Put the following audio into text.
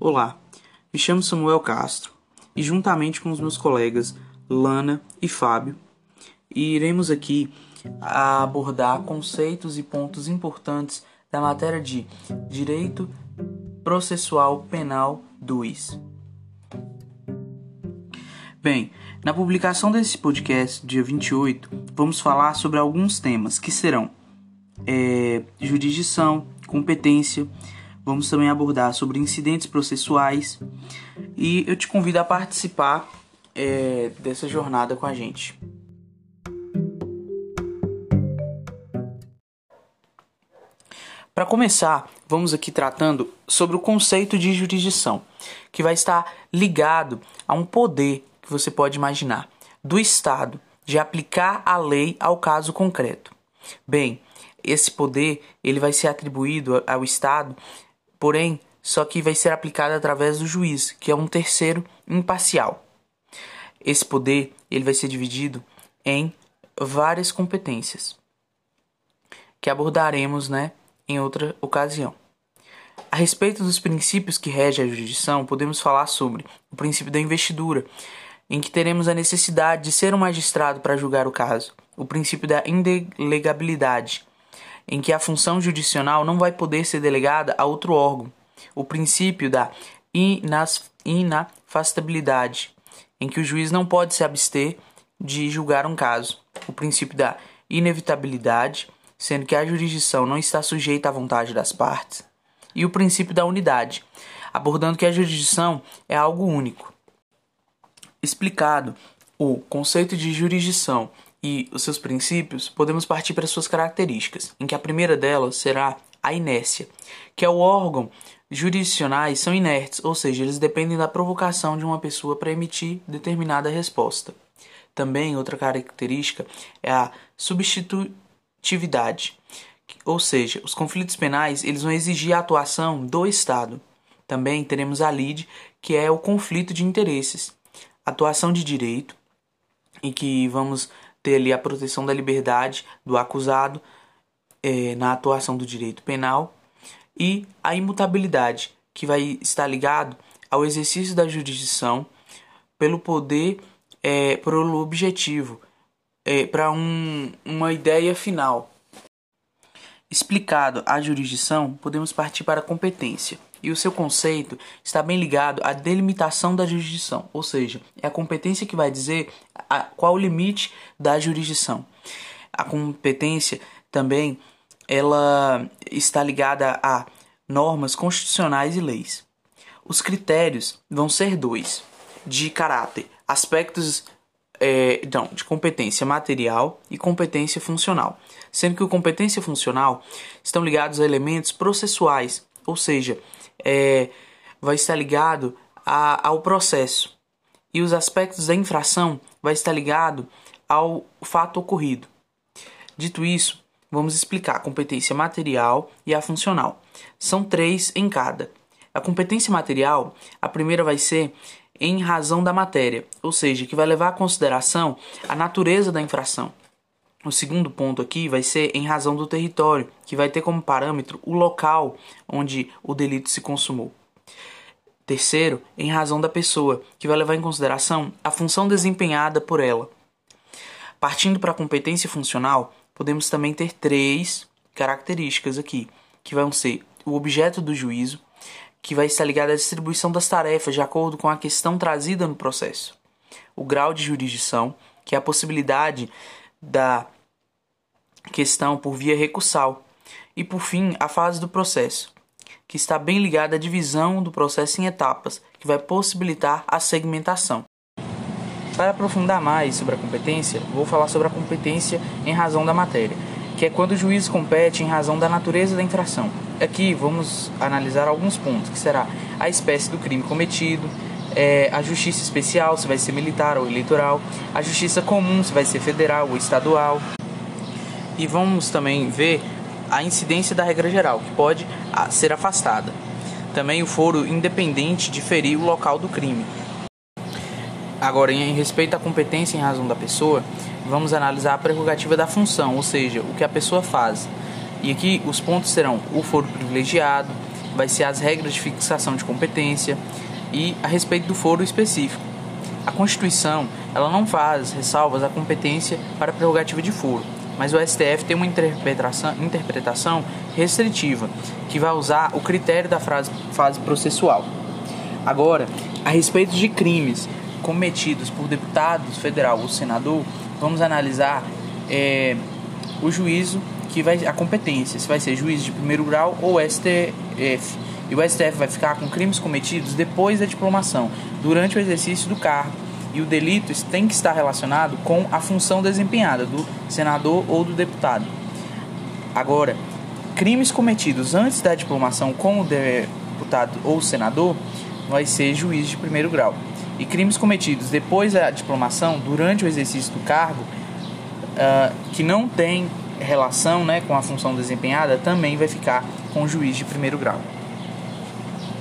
Olá, me chamo Samuel Castro e juntamente com os meus colegas Lana e Fábio, iremos aqui abordar conceitos e pontos importantes da matéria de Direito Processual Penal 2. Bem, na publicação desse podcast, dia 28, vamos falar sobre alguns temas que serão jurisdição, competência. Vamos também abordar sobre incidentes processuais e eu te convido a participar dessa jornada com a gente. Para começar, vamos aqui tratando sobre o conceito de jurisdição, que vai estar ligado a um poder que você pode imaginar do Estado de aplicar a lei ao caso concreto. Bem, esse poder ele vai ser atribuído ao Estado, porém, só que vai ser aplicado através do juiz, que é um terceiro imparcial. Esse poder ele vai ser dividido em várias competências, que abordaremos, em outra ocasião. A respeito dos princípios que regem a jurisdição, podemos falar sobre o princípio da investidura, em que teremos a necessidade de ser um magistrado para julgar o caso. O princípio da indelegabilidade, em que a função jurisdicional não vai poder ser delegada a outro órgão. O princípio da inafastabilidade, em que o juiz não pode se abster de julgar um caso. O princípio da inevitabilidade, sendo que a jurisdição não está sujeita à vontade das partes. E o princípio da unidade, abordando que a jurisdição é algo único. Explicado o conceito de jurisdição e os seus princípios, podemos partir para suas características, em que a primeira delas será a inércia, que é o órgão jurisdicionais são inertes, ou seja, eles dependem da provocação de uma pessoa para emitir determinada resposta. Também outra característica é a substitutividade, ou seja, os conflitos penais eles vão exigir a atuação do Estado. Também teremos a lide, que é o conflito de interesses, atuação de direito, em que vamos ter ali a proteção da liberdade do acusado na atuação do direito penal, e a imutabilidade, que vai estar ligado ao exercício da jurisdição pelo poder, pelo objetivo, para uma ideia final. Explicado a jurisdição, podemos partir para a competência. E o seu conceito está bem ligado à delimitação da jurisdição, ou seja, é a competência que vai dizer qual o limite da jurisdição. A competência também ela está ligada a normas constitucionais e leis. Os critérios vão ser dois, de caráter, aspectos de competência material e competência funcional, sendo que a competência funcional estão ligados a elementos processuais, ou seja, vai estar ligado ao processo, e os aspectos da infração vai estar ligado ao fato ocorrido. Dito isso, vamos explicar a competência material e a funcional. São 3 em cada. A competência material, a primeira vai ser em razão da matéria, ou seja, que vai levar em consideração a natureza da infração. O segundo ponto aqui vai ser em razão do território, que vai ter como parâmetro o local onde o delito se consumou. Terceiro, em razão da pessoa, que vai levar em consideração a função desempenhada por ela. Partindo para a competência funcional, podemos também ter 3 características aqui, que vão ser o objeto do juízo, que vai estar ligado à distribuição das tarefas de acordo com a questão trazida no processo. O grau de jurisdição, que é a possibilidade da questão por via recursal. E, por fim, a fase do processo, que está bem ligada à divisão do processo em etapas, que vai possibilitar a segmentação. Para aprofundar mais sobre a competência, vou falar sobre a competência em razão da matéria, que é quando o juiz compete em razão da natureza da infração. Aqui vamos analisar alguns pontos, que será a espécie do crime cometido, a justiça especial, se vai ser militar ou eleitoral, a justiça comum, se vai ser federal ou estadual. E vamos também ver a incidência da regra geral, que pode ser afastada. Também o foro independente de ferir o local do crime. Agora, em respeito à competência em razão da pessoa, vamos analisar a prerrogativa da função, ou seja, o que a pessoa faz. E aqui os pontos serão o foro privilegiado, vai ser as regras de fixação de competência e a respeito do foro específico. A Constituição, ela não faz ressalvas à competência para a prerrogativa de foro, mas o STF tem uma interpretação restritiva, que vai usar o critério da fase processual. Agora, a respeito de crimes cometidos por deputados federal ou senador, vamos analisar o juízo a competência, se vai ser juiz de primeiro grau ou STF. E o STF vai ficar com crimes cometidos depois da diplomação, durante o exercício do cargo. E o delito tem que estar relacionado com a função desempenhada do senador ou do deputado. Agora, crimes cometidos antes da diplomação com o deputado ou senador vai ser juiz de primeiro grau. E crimes cometidos depois da diplomação, durante o exercício do cargo, que não tem relação, com a função desempenhada, também vai ficar com o juiz de primeiro grau.